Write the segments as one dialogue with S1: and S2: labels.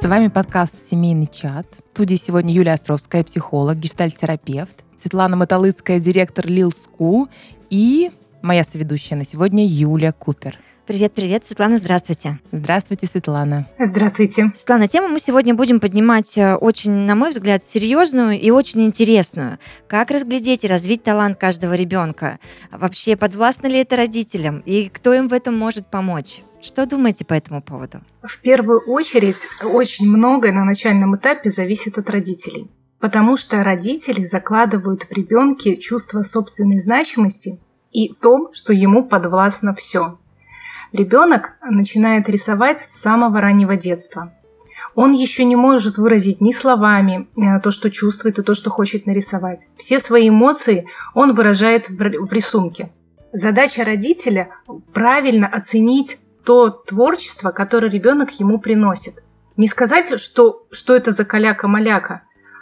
S1: С вами подкаст «Семейный чат». В студии сегодня Юлия Островская, психолог, гештальт-терапевт, Светлана Мотолыцкая, директор Lil School и моя соведущая на сегодня Юля Купер.
S2: Привет, Светлана, здравствуйте.
S1: Здравствуйте, Светлана.
S3: Здравствуйте.
S2: Светлана, тему мы сегодня будем поднимать очень, на мой взгляд, серьезную и очень интересную. Как разглядеть и развить талант каждого ребенка? Вообще, подвластно ли это родителям? И кто им в этом может помочь? Что думаете по этому поводу?
S3: В первую очередь, очень многое на начальном этапе зависит от родителей. Потому что родители закладывают в ребенке чувство собственной значимости и в том, что ему подвластно все. Ребенок начинает рисовать с самого раннего детства. Он еще не может выразить ни словами то, что чувствует, и то, что хочет нарисовать. Все свои эмоции он выражает в рисунке. Задача родителя – правильно оценить то творчество, которое ребенок ему приносит. Не сказать, что это за каляка-маляка,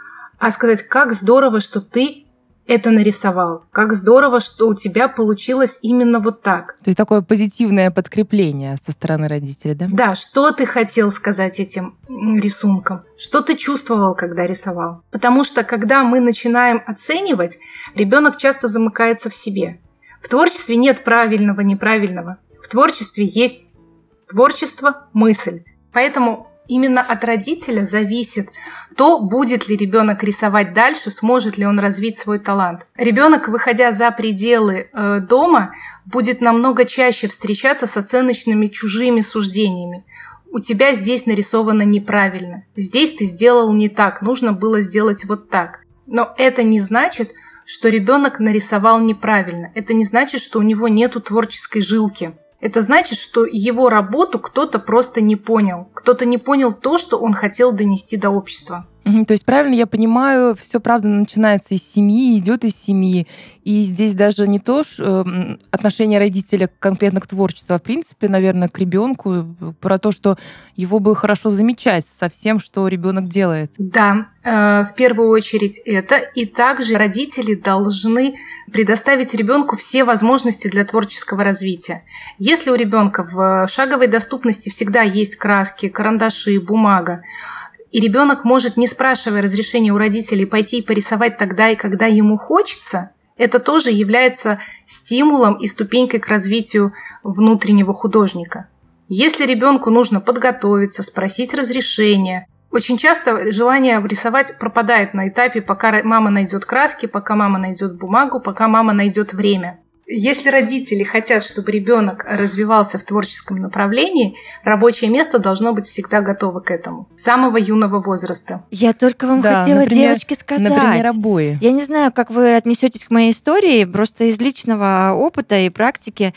S3: а сказать, как здорово, что ты это нарисовал. Как здорово, что у тебя получилось именно вот так.
S1: То есть такое позитивное подкрепление со стороны родителей, да?
S3: Да, что ты хотел сказать этим рисунком? Что ты чувствовал, когда рисовал? Потому что, когда мы начинаем оценивать, ребенок часто замыкается в себе. В творчестве нет правильного, неправильного. В творчестве есть творчество, мысль. Поэтому именно от родителя зависит то, будет ли ребенок рисовать дальше, сможет ли он развить свой талант. Ребенок, выходя за пределы дома, будет намного чаще встречаться с оценочными чужими суждениями. У тебя здесь нарисовано неправильно, здесь ты сделал не так, нужно было сделать вот так. Но это не значит, что ребенок нарисовал неправильно. Это не значит, что у него нету творческой жилки. Это значит, что его работу кто-то просто не понял. Кто-то не понял то, что он хотел донести до общества.
S1: То есть правильно я понимаю, все правда начинается из семьи, идет из семьи. И здесь даже не то отношение родителя конкретно к творчеству, а в принципе, наверное, к ребенку, про то, что его бы хорошо замечать со всем, что ребенок делает.
S3: Да, в первую очередь это. И также родители должны предоставить ребенку все возможности для творческого развития. Если у ребенка в шаговой доступности всегда есть краски, карандаши, бумага, и ребенок может, не спрашивая разрешения у родителей, пойти и порисовать тогда и когда ему хочется, это тоже является стимулом и ступенькой к развитию внутреннего художника. Если ребенку нужно подготовиться, спросить разрешения, очень часто желание рисовать пропадает на этапе, пока мама найдет краски, пока мама найдет бумагу, пока мама найдет время. Если родители хотят, чтобы ребенок развивался в творческом направлении, рабочее место должно быть всегда готово к этому. С самого юного возраста.
S2: Я только вам хотела, например, девочки, сказать.
S1: Например, обои.
S2: Я не знаю, как вы отнесетесь к моей истории, просто из личного опыта и практики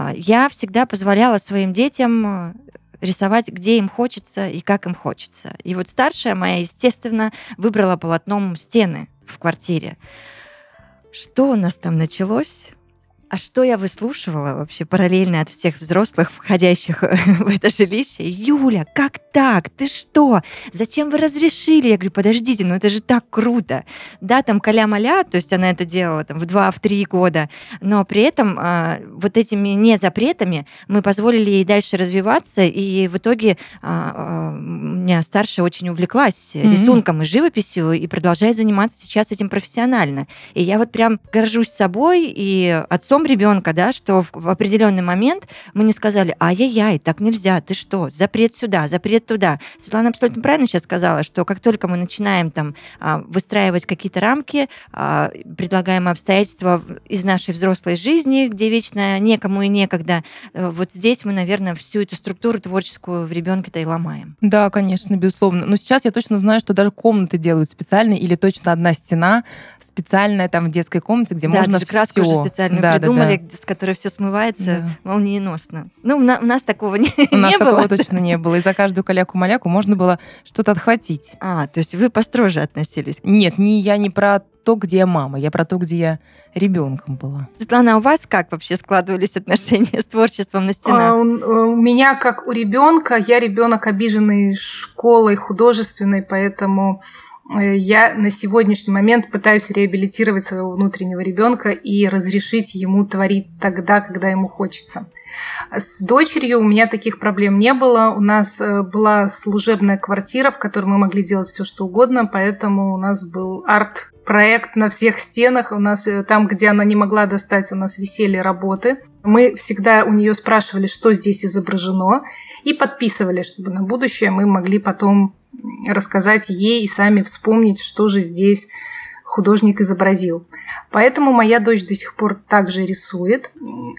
S2: я всегда позволяла своим детям рисовать, где им хочется и как им хочется. И вот старшая моя, естественно, выбрала полотном стены в квартире. Что у нас там началось? А что я выслушивала вообще параллельно от всех взрослых, входящих в это жилище? Юля, как так? Ты что? Зачем вы разрешили? Я говорю, подождите, ну это же так круто. Да, там каля-маля, то есть она это делала там, в 2-3 года, но при этом вот этими не запретами мы позволили ей дальше развиваться, и в итоге у меня старшая очень увлеклась рисунком и живописью и продолжает заниматься сейчас этим профессионально. И я вот прям горжусь собой и отцом ребенка, да, что в определенный момент мы не сказали, ай-яй-яй, так нельзя, ты что, запрет сюда, запрет туда. Светлана абсолютно правильно сейчас сказала, что как только мы начинаем там выстраивать какие-то рамки, предлагаемые обстоятельства из нашей взрослой жизни, где вечно некому и некогда, вот здесь мы, наверное, всю эту структуру творческую в ребенке-то и ломаем.
S1: Да, конечно, безусловно. Но сейчас я точно знаю, что даже комнаты делают специальные, или точно одна стена специальная там в детской комнате, где можно
S2: даже краску
S1: всё.
S2: уже специально придумали, с которой все смывается молниеносно. Ну, у нас такого не было.
S1: У нас такого точно не было. И за каждую каляку-маляку можно было что-то отхватить.
S2: То есть вы построже относились?
S1: Нет, я не про то, где я мама, я про то, где я ребенком была.
S2: Светлана, а у вас как вообще складывались отношения с творчеством на стенах?
S3: У меня, как у ребенка, я ребенок, обиженный школой художественной, поэтому Я на сегодняшний момент пытаюсь реабилитировать своего внутреннего ребенка и разрешить ему творить тогда, когда ему хочется. С дочерью у меня таких проблем не было. У нас была служебная квартира, в которой мы могли делать все, что угодно, поэтому у нас был арт-проект на всех стенах. У нас там, где она не могла достать, у нас висели работы. Мы всегда у нее спрашивали, что здесь изображено, и подписывали, чтобы на будущее мы могли потом рассказать ей и сами вспомнить, что же здесь художник изобразил. Поэтому моя дочь до сих пор также рисует,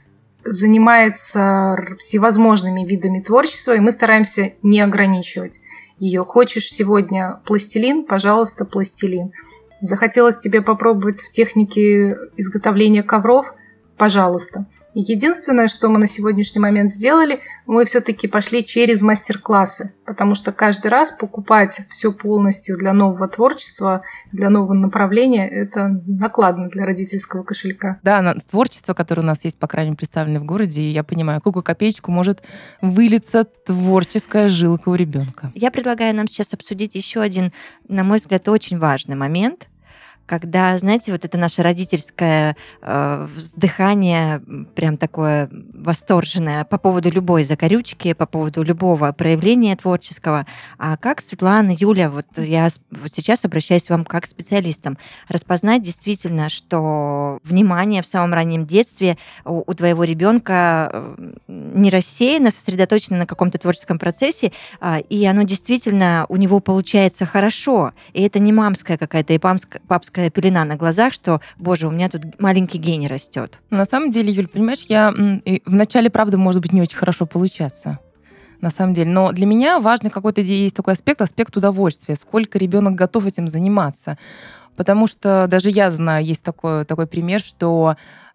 S3: занимается всевозможными видами творчества, и мы стараемся не ограничивать ее. Хочешь сегодня пластилин? Пожалуйста, пластилин. Захотелось тебе попробовать в технике изготовления ковров? Пожалуйста. Единственное, что мы на сегодняшний момент сделали, мы все-таки пошли через мастер-классы, потому что каждый раз покупать все полностью для нового творчества, для нового направления, это накладно для родительского кошелька.
S1: Да, на творчество, которое у нас есть, по крайней мере, представлено в городе, и я понимаю, какую копеечку может вылиться творческая жилка у ребенка.
S2: Я предлагаю нам сейчас обсудить еще один, на мой взгляд, очень важный момент, когда, знаете, вот это наше родительское вздыхание, прям такое восторженное по поводу любой закорючки, по поводу любого проявления творческого. А как, Светлана, Юля, вот я вот сейчас обращаюсь к вам как к специалистам, распознать действительно, что внимание в самом раннем детстве у твоего ребенка не рассеяно, сосредоточено на каком-то творческом процессе, и оно действительно у него получается хорошо. И это не мамская какая-то и папская пелена на глазах, что, боже, у меня тут маленький гений растет.
S1: На самом деле, Юль, понимаешь, вначале, правда, может быть не очень хорошо получаться. На самом деле. Но для меня важный какой-то есть такой аспект удовольствия. Сколько ребенок готов этим заниматься. Потому что даже я знаю, есть такой пример, что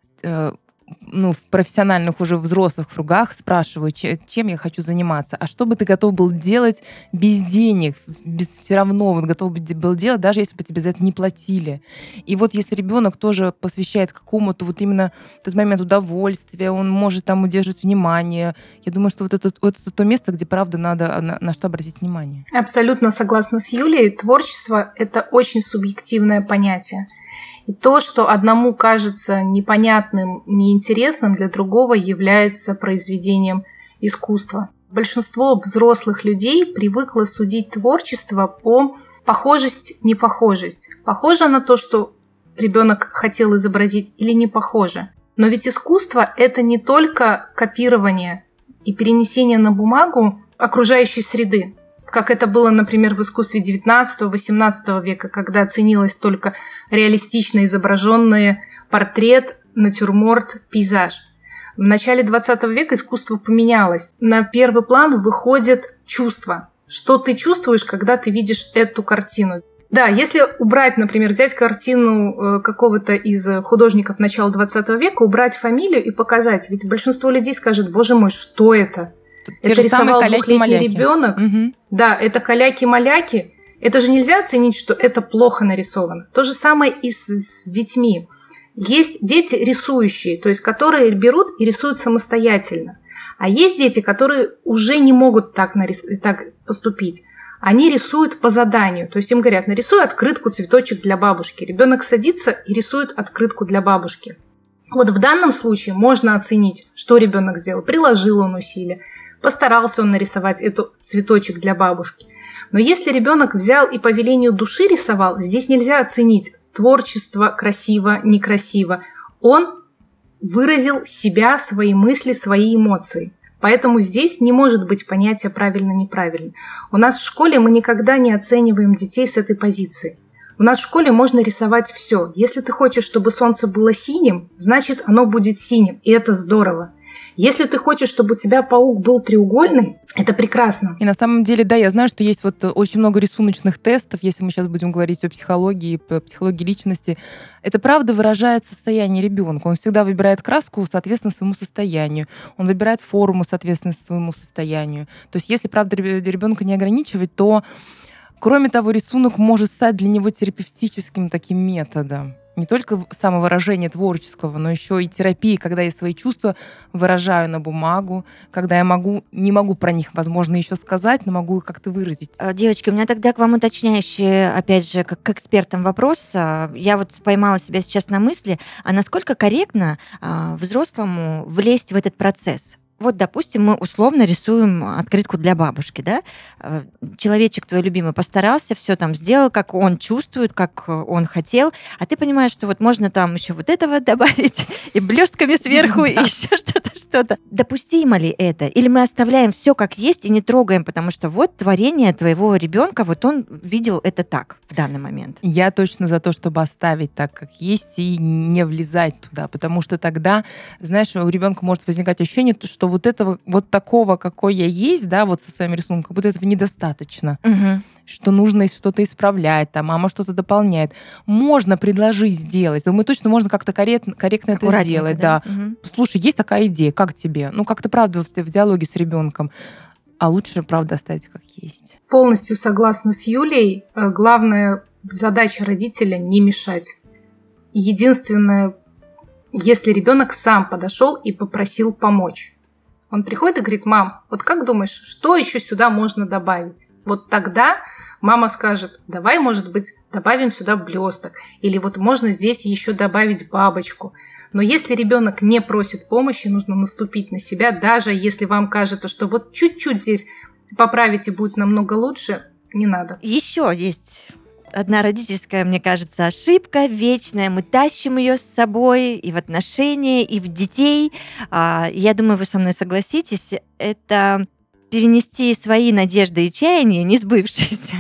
S1: в профессиональных уже взрослых кругах спрашивают, чем я хочу заниматься. А что бы ты готов был делать без денег? Все равно готов был делать, даже если бы тебе за это не платили. И вот если ребенок тоже посвящает какому-то вот именно тот момент удовольствия, он может там удерживать внимание. Я думаю, что вот это то место, где правда надо на что обратить внимание.
S3: Абсолютно согласна с Юлей. Творчество — это очень субъективное понятие. И то, что одному кажется непонятным, неинтересным, для другого является произведением искусства. Большинство взрослых людей привыкло судить творчество по похожесть-непохожесть. Похоже на то, что ребенок хотел изобразить, или не похоже. Но ведь искусство — это не только копирование и перенесение на бумагу окружающей среды, как это было, например, в искусстве XIX-XVIII века, когда ценилось только реалистично изображенный портрет, натюрморт, пейзаж. В начале XX века искусство поменялось. На первый план выходит чувство. Что ты чувствуешь, когда ты видишь эту картину? Да, если убрать, например, взять картину какого-то из художников начала XX века, убрать фамилию и показать, ведь большинство людей скажет: боже мой, что это? Это рисовал двухлетний ребенок.
S1: Угу.
S3: Да, это каляки-маляки. Это же нельзя оценить, что это плохо нарисовано. То же самое и с детьми. Есть дети рисующие, то есть которые берут и рисуют самостоятельно. А есть дети, которые уже не могут так поступить. Они рисуют по заданию. То есть им говорят: нарисуй открытку, цветочек для бабушки. Ребенок садится и рисует открытку для бабушки. Вот в данном случае можно оценить, что ребенок сделал. Приложил он усилия, постарался он нарисовать эту цветочек для бабушки. Но если ребенок взял и по велению души рисовал, здесь нельзя оценить творчество красиво, некрасиво. Он выразил себя, свои мысли, свои эмоции. Поэтому здесь не может быть понятия правильно-неправильно. У нас в школе мы никогда не оцениваем детей с этой позиции. У нас в школе можно рисовать все. Если ты хочешь, чтобы солнце было синим, значит, оно будет синим, и это здорово. Если ты хочешь, чтобы у тебя паук был треугольный, это прекрасно.
S1: И на самом деле, да, я знаю, что есть вот очень много рисуночных тестов, если мы сейчас будем говорить о психологии личности. Это правда выражает состояние ребенка. Он всегда выбирает краску соответственно своему состоянию. Он выбирает форму соответственно своему состоянию. То есть если, правда, ребенка не ограничивать, то, кроме того, рисунок может стать для него терапевтическим таким методом. не только самовыражения творческого, но еще и терапии, когда я свои чувства выражаю на бумагу, когда я не могу про них, возможно, еще сказать, но могу их как-то выразить.
S2: Девочки, у меня тогда к вам уточняющий, опять же, как к экспертам вопрос. Я вот поймала себя сейчас на мысли, а насколько корректно взрослому влезть в этот процесс? Вот, допустим, мы условно рисуем открытку для бабушки, да? Человечек твой любимый постарался, все там сделал, как он чувствует, как он хотел, а ты понимаешь, что вот можно там еще вот этого добавить и блестками сверху, и еще что-то. Допустимо ли это? Или мы оставляем все как есть и не трогаем, потому что вот творение твоего ребенка, вот он видел это так в данный момент?
S1: Я точно за то, чтобы оставить так, как есть, и не влезать туда, потому что тогда, знаешь, у ребенка может возникать ощущение, что вот этого, вот такого, какой я есть, да, вот со своим рисунком, вот этого недостаточно.
S2: Угу.
S1: Что нужно что-то исправлять, там, мама что-то дополняет. Можно предложить сделать. Думаю, точно можно как-то корректно это сделать. Да.
S2: Угу.
S1: Слушай, есть такая идея, как тебе? Ну, как-то, правда, в диалоге с ребенком. А лучше, правда, оставить как есть.
S3: Полностью согласна с Юлей. Главная задача родителя — не мешать. Единственное, если ребенок сам подошел и попросил помочь. Он приходит и говорит: мам, вот как думаешь, что еще сюда можно добавить? Вот тогда мама скажет: давай, может быть, добавим сюда блесток. Или вот можно здесь еще добавить бабочку. Но если ребенок не просит помощи, нужно наступить на себя, даже если вам кажется, что вот чуть-чуть здесь поправить и будет намного лучше, не надо.
S2: Еще есть одна родительская, мне кажется, ошибка вечная. Мы тащим ее с собой и в отношения, и в детей. Я думаю, вы со мной согласитесь. Это перенести свои надежды и чаяния, не сбывшиеся,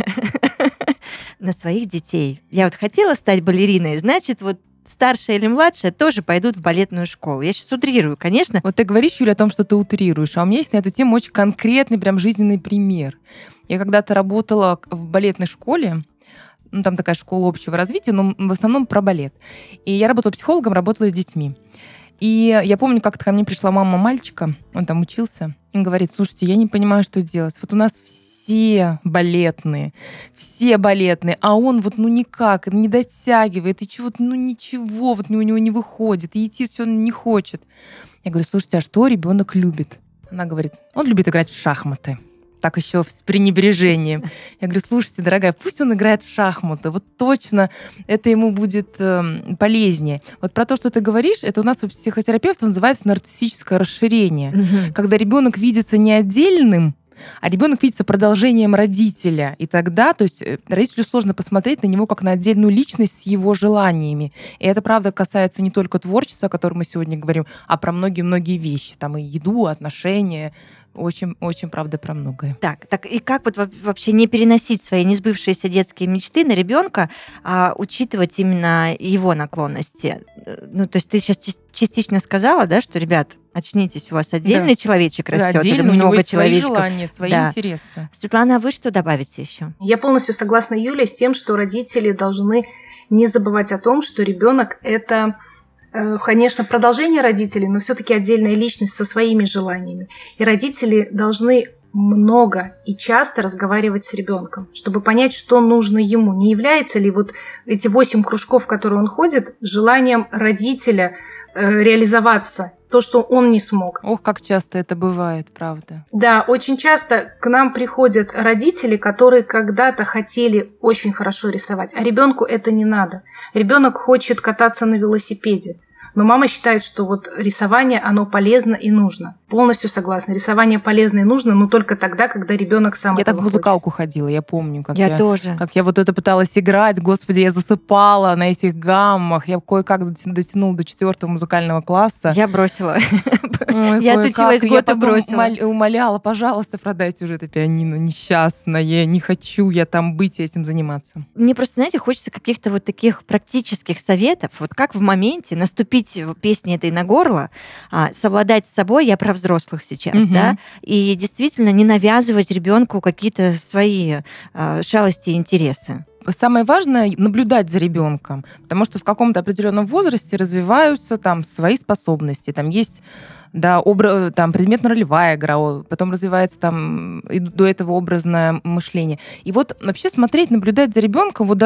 S2: на своих детей. Я вот хотела стать балериной, значит, вот старшая или младшая тоже пойдут в балетную школу. Я сейчас утрирую, конечно.
S1: Вот ты говоришь, Юля, о том, что ты утрируешь, а у меня есть на эту тему очень конкретный, прям жизненный пример. Я когда-то работала в балетной школе, ну, там такая школа общего развития, но в основном про балет. И я работала психологом, работала с детьми. И я помню, как-то ко мне пришла мама мальчика, он там учился, и говорит: слушайте, я не понимаю, что делать. Вот у нас все балетные, а он вот ну никак, не дотягивает, и чего-то, ну ничего, вот у него не выходит, и идти все он не хочет. Я говорю: слушайте, а что ребенок любит? Она говорит: он любит играть в шахматы. Так еще с пренебрежением. Я говорю: слушайте, дорогая, пусть он играет в шахматы. Вот точно это ему будет полезнее. Вот про то, что ты говоришь, это у нас у психотерапевтов называется нарциссическое расширение.
S2: Мгм.
S1: Когда ребенок видится не отдельным, а ребенок видится продолжением родителя. И тогда, то есть родителю сложно посмотреть на него как на отдельную личность с его желаниями. И это, правда, касается не только творчества, о котором мы сегодня говорим, а про многие-многие вещи. Там и еду, отношения. Очень, очень, правда, про многое.
S2: Так и как вот вообще не переносить свои несбывшиеся детские мечты на ребенка, а учитывать именно его наклонности? Ну, то есть ты сейчас частично сказала, да, что, ребят, очнитесь, у вас отдельный человечек растет, или
S1: у него
S2: много
S1: есть свои
S2: человечков.
S1: желания, свои
S2: Да.
S1: интересы.
S2: Светлана, а вы что добавите еще?
S3: Я полностью согласна, Юля, с тем, что родители должны не забывать о том, что ребенок — это, конечно, продолжение родителей, но все-таки отдельная личность со своими желаниями. И родители должны много и часто разговаривать с ребенком, чтобы понять, что нужно ему. Не является ли вот эти 8 кружков, в которые он ходит, желанием родителя реализоваться, то, что он не смог.
S1: Ох, как часто это бывает, правда.
S3: Да, очень часто к нам приходят родители, которые когда-то хотели очень хорошо рисовать, а ребенку это не надо. Ребенок хочет кататься на велосипеде, но мама считает, что вот рисование, оно полезно и нужно. Полностью согласна. Рисование полезно и нужно, но только тогда, когда ребенок сам
S1: Я
S3: этого
S1: так в музыкалку ходила, я помню, как
S2: Я тоже.
S1: как я вот это пыталась играть. Господи, я засыпала на этих гаммах. Я кое-как дотянула до 4-го музыкального класса.
S2: Я бросила.
S1: Ой,
S2: Я
S1: кое-как.
S2: отучилась
S1: Я
S2: год и
S1: потом
S2: бросила.
S1: умоляла: пожалуйста, продайте уже это пианино несчастное. Не хочу я там быть и этим заниматься.
S2: Мне просто, знаете, хочется каких-то вот таких практических советов, вот как в моменте наступить в песне этой на горло, совладать с собой, я про взрослых сейчас,
S1: Мгм.
S2: да, и действительно не навязывать ребенку какие-то свои шалости и интересы.
S1: Самое важное — наблюдать за ребенком, потому что в каком-то определенном возрасте развиваются там свои способности. Там есть там предметно-ролевая игра, потом развивается там и до этого образное мышление. И вот вообще смотреть, наблюдать за ребенком, вот даже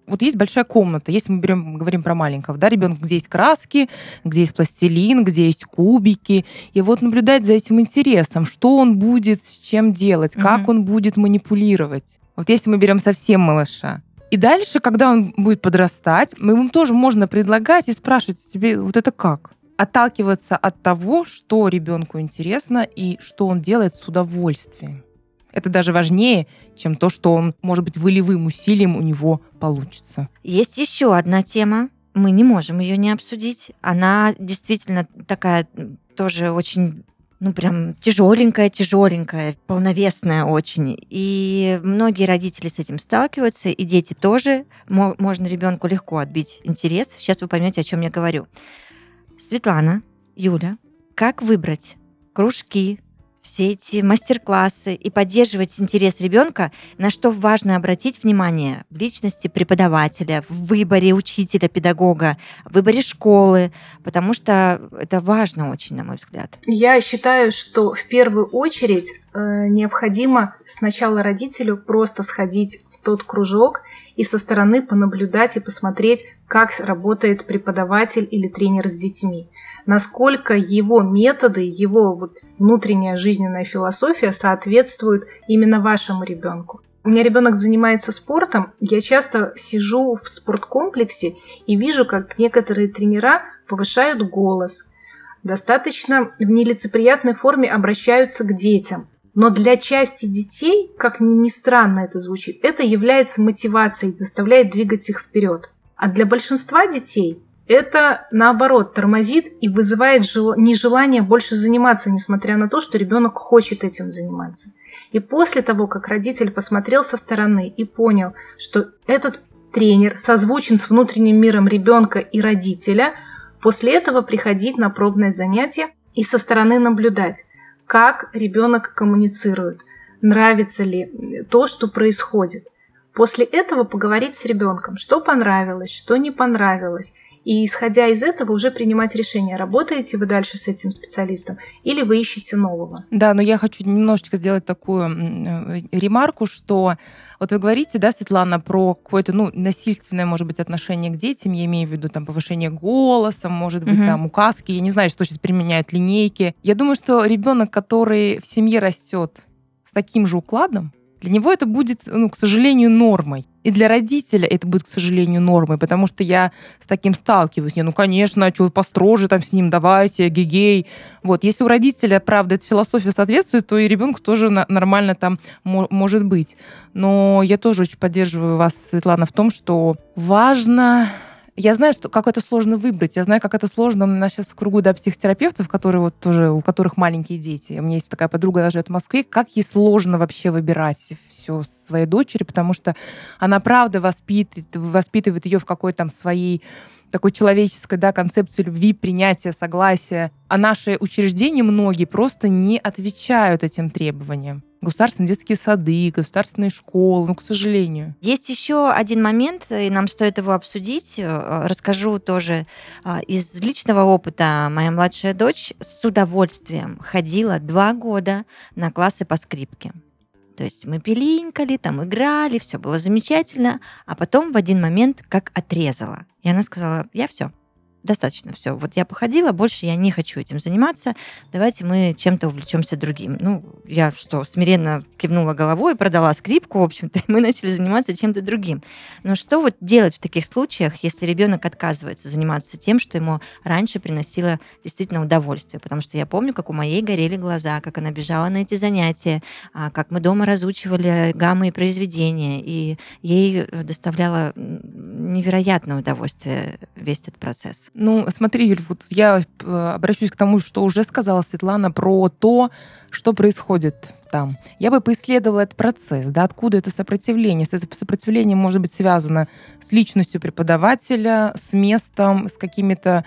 S1: Вот есть большая комната, если мы говорим про маленького, да, ребенка, где есть краски, где есть пластилин, где есть кубики. И вот наблюдать за этим интересом, что он будет с чем делать, как он будет манипулировать. Вот если мы берем совсем малыша. И дальше, когда он будет подрастать, ему тоже можно предлагать и спрашивать: тебе вот это как? Отталкиваться от того, что ребенку интересно и что он делает с удовольствием. Это даже важнее, чем то, что он, может быть, волевым усилием у него получится.
S2: Есть еще одна тема. Мы не можем ее не обсудить. Она действительно такая тоже очень, прям тяжеленькая, полновесная очень. И многие родители с этим сталкиваются, и дети тоже. Можно ребенку легко отбить интерес. Сейчас вы поймете, о чем я говорю. Светлана, Юля, как выбрать кружки, все эти мастер-классы и поддерживать интерес ребенка, на что важно обратить внимание в личности преподавателя, в выборе учителя, педагога, в выборе школы, потому что это важно очень, на мой взгляд.
S3: Я считаю, что в первую очередь необходимо сначала родителю просто сходить в тот кружок и со стороны понаблюдать и посмотреть, как работает преподаватель или тренер с детьми. Насколько его методы, его внутренняя жизненная философия соответствуют именно вашему ребенку. У меня ребенок занимается спортом, я часто сижу в спорткомплексе и вижу, как некоторые тренера повышают голос, достаточно в нелицеприятной форме обращаются к детям. Но для части детей, как ни странно это звучит, это является мотивацией, заставляет двигать их вперед. А для большинства детей это, наоборот, тормозит и вызывает нежелание больше заниматься, несмотря на то, что ребенок хочет этим заниматься. И после того, как родитель посмотрел со стороны и понял, что этот тренер созвучен с внутренним миром ребенка и родителя, после этого приходить на пробное занятие и со стороны наблюдать, как ребенок коммуницирует, нравится ли то, что происходит. После этого поговорить с ребенком, что понравилось, что не понравилось. И исходя из этого уже принимать решение, работаете вы дальше с этим специалистом или вы ищете нового.
S1: Да, но я хочу немножечко сделать такую ремарку, что вот вы говорите, да, Светлана, про какое-то насильственное, может быть, отношение к детям, я имею в виду там повышение голоса, может быть, там указки, я не знаю, что сейчас применяют, линейки. Я думаю, что ребенок, который в семье растет с таким же укладом, для него это будет, к сожалению, нормой. И для родителя это будет, к сожалению, нормой, потому что я с таким сталкиваюсь. Конечно, что вы построже там с ним, давайте, гегей. Вот. Если у родителя, правда, эта философия соответствует, то и ребенку тоже нормально там может быть. Но я тоже очень поддерживаю вас, Светлана, в том, что важно... Я знаю, как это сложно выбрать. Я знаю, как это сложно. У нас сейчас в кругу психотерапевтов, которые тоже, у которых маленькие дети. У меня есть такая подруга, она живет в Москве. Как ей сложно вообще выбирать все своей дочери, потому что она, правда, воспитывает ее в какой-то своей такой человеческой концепции любви, принятия, согласия. А наши учреждения, многие, просто не отвечают этим требованиям. Государственные детские сады, государственные школы, к сожалению.
S2: Есть еще один момент, и нам стоит его обсудить. Расскажу тоже из личного опыта. Моя младшая дочь с удовольствием ходила 2 года на классы по скрипке. То есть мы пилинкали, там играли, все было замечательно, а потом в один момент как отрезала. И она сказала: я все. Достаточно, все. Вот я походила, больше я не хочу этим заниматься. Давайте мы чем-то увлечемся другим. Я смиренно кивнула головой, продала скрипку, в общем-то, и мы начали заниматься чем-то другим. Но что делать в таких случаях, если ребенок отказывается заниматься тем, что ему раньше приносило действительно удовольствие? Потому что я помню, как у моей горели глаза, как она бежала на эти занятия, как мы дома разучивали гаммы и произведения, и ей доставляло невероятное удовольствие весь этот процесс.
S1: Смотри, Юль, вот я обращусь к тому, что уже сказала Светлана про то, что происходит там. Я бы поисследовала этот процесс, откуда это сопротивление. Сопротивление может быть связано с личностью преподавателя, с местом, с какими-то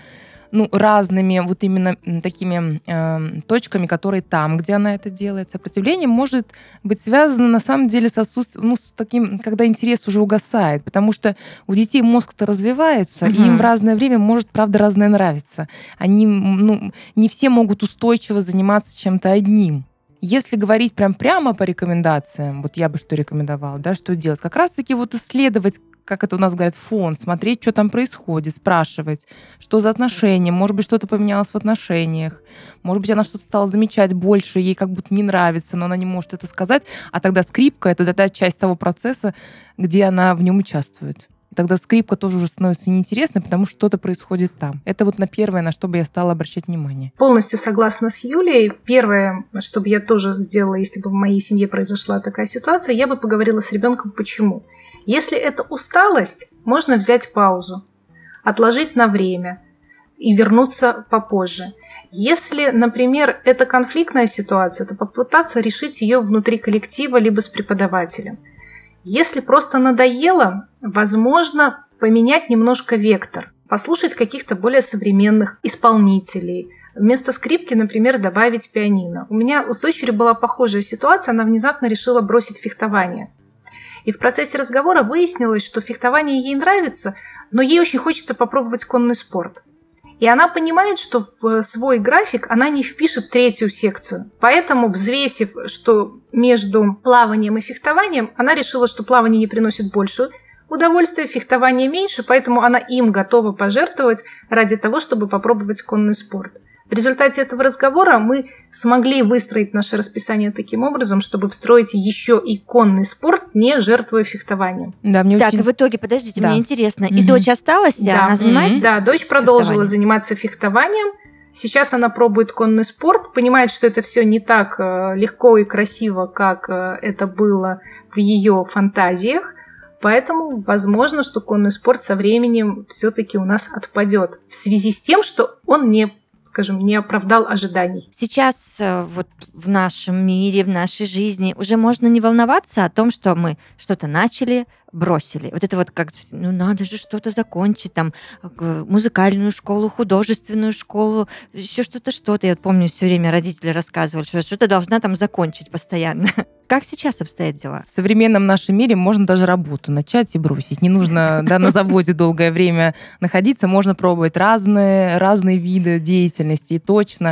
S1: разными именно такими точками, которые там, где она это делает. Сопротивление может быть связано на самом деле с отсутствием, с таким, когда интерес уже угасает, потому что у детей мозг-то развивается, и им в разное время может, правда, разное нравиться. Они, не все могут устойчиво заниматься чем-то одним. Если говорить прямо по рекомендациям, я бы что рекомендовала, что делать? Как раз-таки исследовать, как это у нас говорят, фон, смотреть, что там происходит, спрашивать, что за отношения, может быть, что-то поменялось в отношениях, может быть, она что-то стала замечать больше, ей как будто не нравится, но она не может это сказать, а тогда скрипка — это та часть того процесса, где она в нем участвует. И тогда скрипка тоже уже становится неинтересной, потому что что-то происходит там. Это вот на первое, на что бы я стала обращать внимание.
S3: Полностью согласна с Юлей. Первое, что бы я тоже сделала, если бы в моей семье произошла такая ситуация, я бы поговорила с ребенком, почему. Если это усталость, можно взять паузу, отложить на время и вернуться попозже. Если, например, это конфликтная ситуация, то попытаться решить ее внутри коллектива либо с преподавателем. Если просто надоело, возможно, поменять немножко вектор, послушать каких-то более современных исполнителей. Вместо скрипки, например, добавить пианино. У меня с дочерью была похожая ситуация, она внезапно решила бросить фехтование. И в процессе разговора выяснилось, что фехтование ей нравится, но ей очень хочется попробовать конный спорт. И она понимает, что в свой график она не впишет третью секцию. Поэтому, взвесив, что между плаванием и фехтованием, она решила, что плавание ей приносит больше удовольствия, фехтование меньше, поэтому она им готова пожертвовать ради того, чтобы попробовать конный спорт. В результате этого разговора мы смогли выстроить наше расписание таким образом, чтобы встроить еще и конный спорт, не жертвуя фехтованием.
S1: Да, мне
S2: Так,
S1: очень...
S2: и в итоге, подождите,
S1: Да.
S2: мне интересно, и дочь осталась,
S3: Да.
S2: она занимается?
S3: Да, дочь продолжила
S2: фехтованием?
S3: заниматься фехтованием. Сейчас она пробует конный спорт, понимает, что это все не так легко и красиво, как это было в ее фантазиях. Поэтому возможно, что конный спорт со временем все-таки у нас отпадет в связи с тем, что он не оправдал ожиданий.
S2: Сейчас вот в нашем мире, в нашей жизни уже можно не волноваться о том, что мы что-то начали, бросили. Вот это вот как, надо же что-то закончить, там, музыкальную школу, художественную школу, еще что-то. Я вот помню, все время родители рассказывали, что что-то должна там закончить постоянно. Как сейчас обстоят дела?
S1: В современном нашем мире можно даже работу начать и бросить. Не нужно на заводе долгое время находиться. Можно пробовать разные виды деятельности. И точно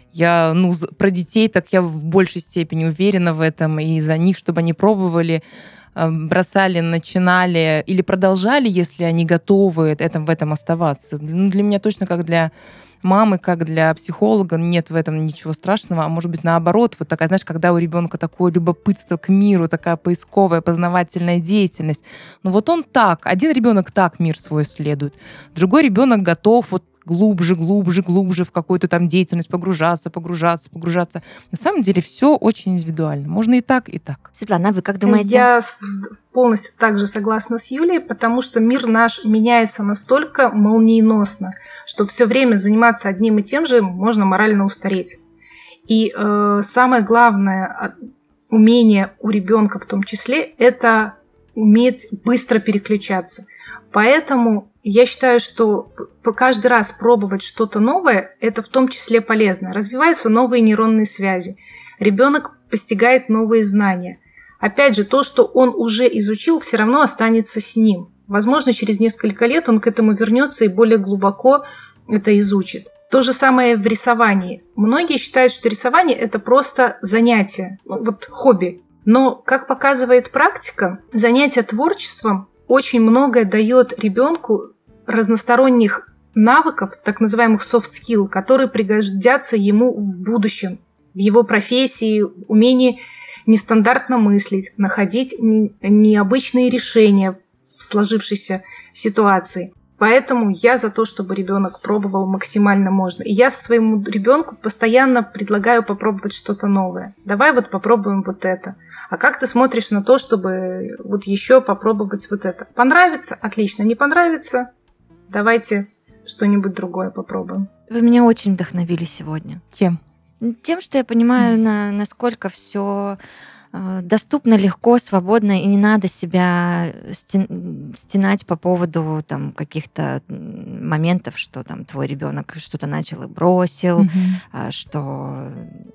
S1: про детей так я в большей степени уверена в этом. И за них, чтобы они пробовали, бросали, начинали или продолжали, если они готовы в этом оставаться. Для меня точно, как для мамы, как для психолога, нет в этом ничего страшного, а может быть наоборот, вот такая, знаешь, когда у ребенка такое любопытство к миру, такая поисковая, познавательная деятельность. Вот он так, один ребенок так мир свой исследует, другой ребенок готов глубже в какую-то там деятельность погружаться. На самом деле все очень индивидуально. Можно и так, и так.
S2: Светлана, вы как думаете?
S3: Я полностью также согласна с Юлей, потому что мир наш меняется настолько молниеносно, что все время заниматься одним и тем же можно морально устареть. И самое главное умение у ребенка в том числе – это уметь быстро переключаться. Поэтому я считаю, что каждый раз пробовать что-то новое – это в том числе полезно. Развиваются новые нейронные связи. Ребенок постигает новые знания. Опять же, то, что он уже изучил, все равно останется с ним. Возможно, через несколько лет он к этому вернется и более глубоко это изучит. То же самое в рисовании. Многие считают, что рисование – это просто занятие, хобби. Но, как показывает практика, занятие творчеством очень многое дает ребенку разносторонних навыков, так называемых soft skill, которые пригодятся ему в будущем, в его профессии, умении нестандартно мыслить, находить необычные решения в сложившейся ситуации. Поэтому я за то, чтобы ребенок пробовал максимально можно. И я своему ребенку постоянно предлагаю попробовать что-то новое. Давай попробуем это. А как ты смотришь на то, чтобы еще попробовать это? Понравится? Отлично. Не понравится? Давайте что-нибудь другое попробуем.
S2: Вы меня очень вдохновили сегодня.
S1: Чем?
S2: Тем, что я понимаю, насколько все доступно, легко, свободно, и не надо себя стенать по поводу каких-то моментов, что твой ребенок что-то начал и бросил, что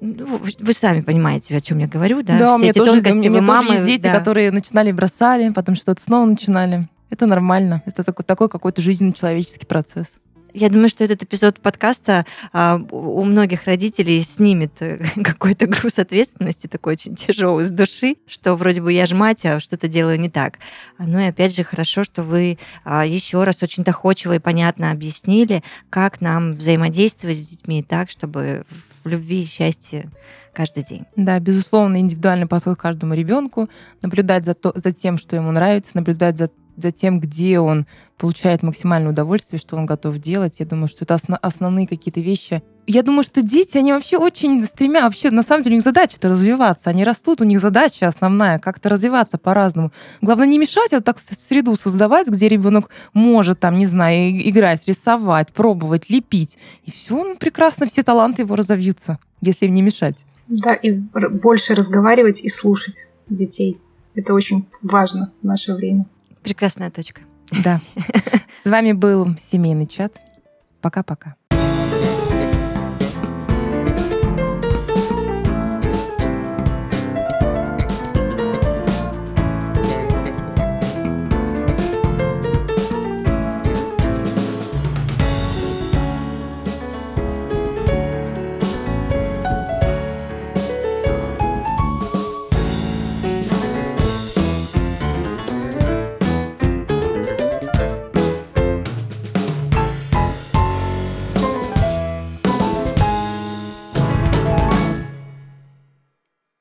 S2: вы сами понимаете, о чем я говорю, да?
S1: Да, у меня тоже
S2: мамы,
S1: есть дети, которые начинали и бросали, потом что-то снова начинали. Это нормально. Это такой какой-то жизненно-человеческий процесс.
S2: Я думаю, что этот эпизод подкаста у многих родителей снимет какой-то груз ответственности, такой очень тяжелый с души, что вроде бы я ж мать, а что-то делаю не так. Ну и опять же, хорошо, что вы еще раз очень доходчиво и понятно объяснили, как нам взаимодействовать с детьми так, чтобы в любви и счастье каждый день.
S1: Да, безусловно, индивидуальный подход к каждому ребенку, наблюдать за тем, что ему нравится, наблюдать за тем, где он получает максимальное удовольствие, что он готов делать. Я думаю, что это основные какие-то вещи. Я думаю, что дети, они вообще очень стремятся, вообще, на самом деле, у них задача-то развиваться. Они растут, у них задача основная, как-то развиваться по-разному. Главное, не мешать, а так среду создавать, где ребенок может, там, не знаю, играть, рисовать, пробовать, лепить. И все, прекрасно, все таланты его разовьются, если им не мешать.
S3: Да, и больше разговаривать и слушать детей. Это очень важно в наше время.
S2: Прекрасная точка.
S1: Да. С вами был семейный чат. Пока-пока.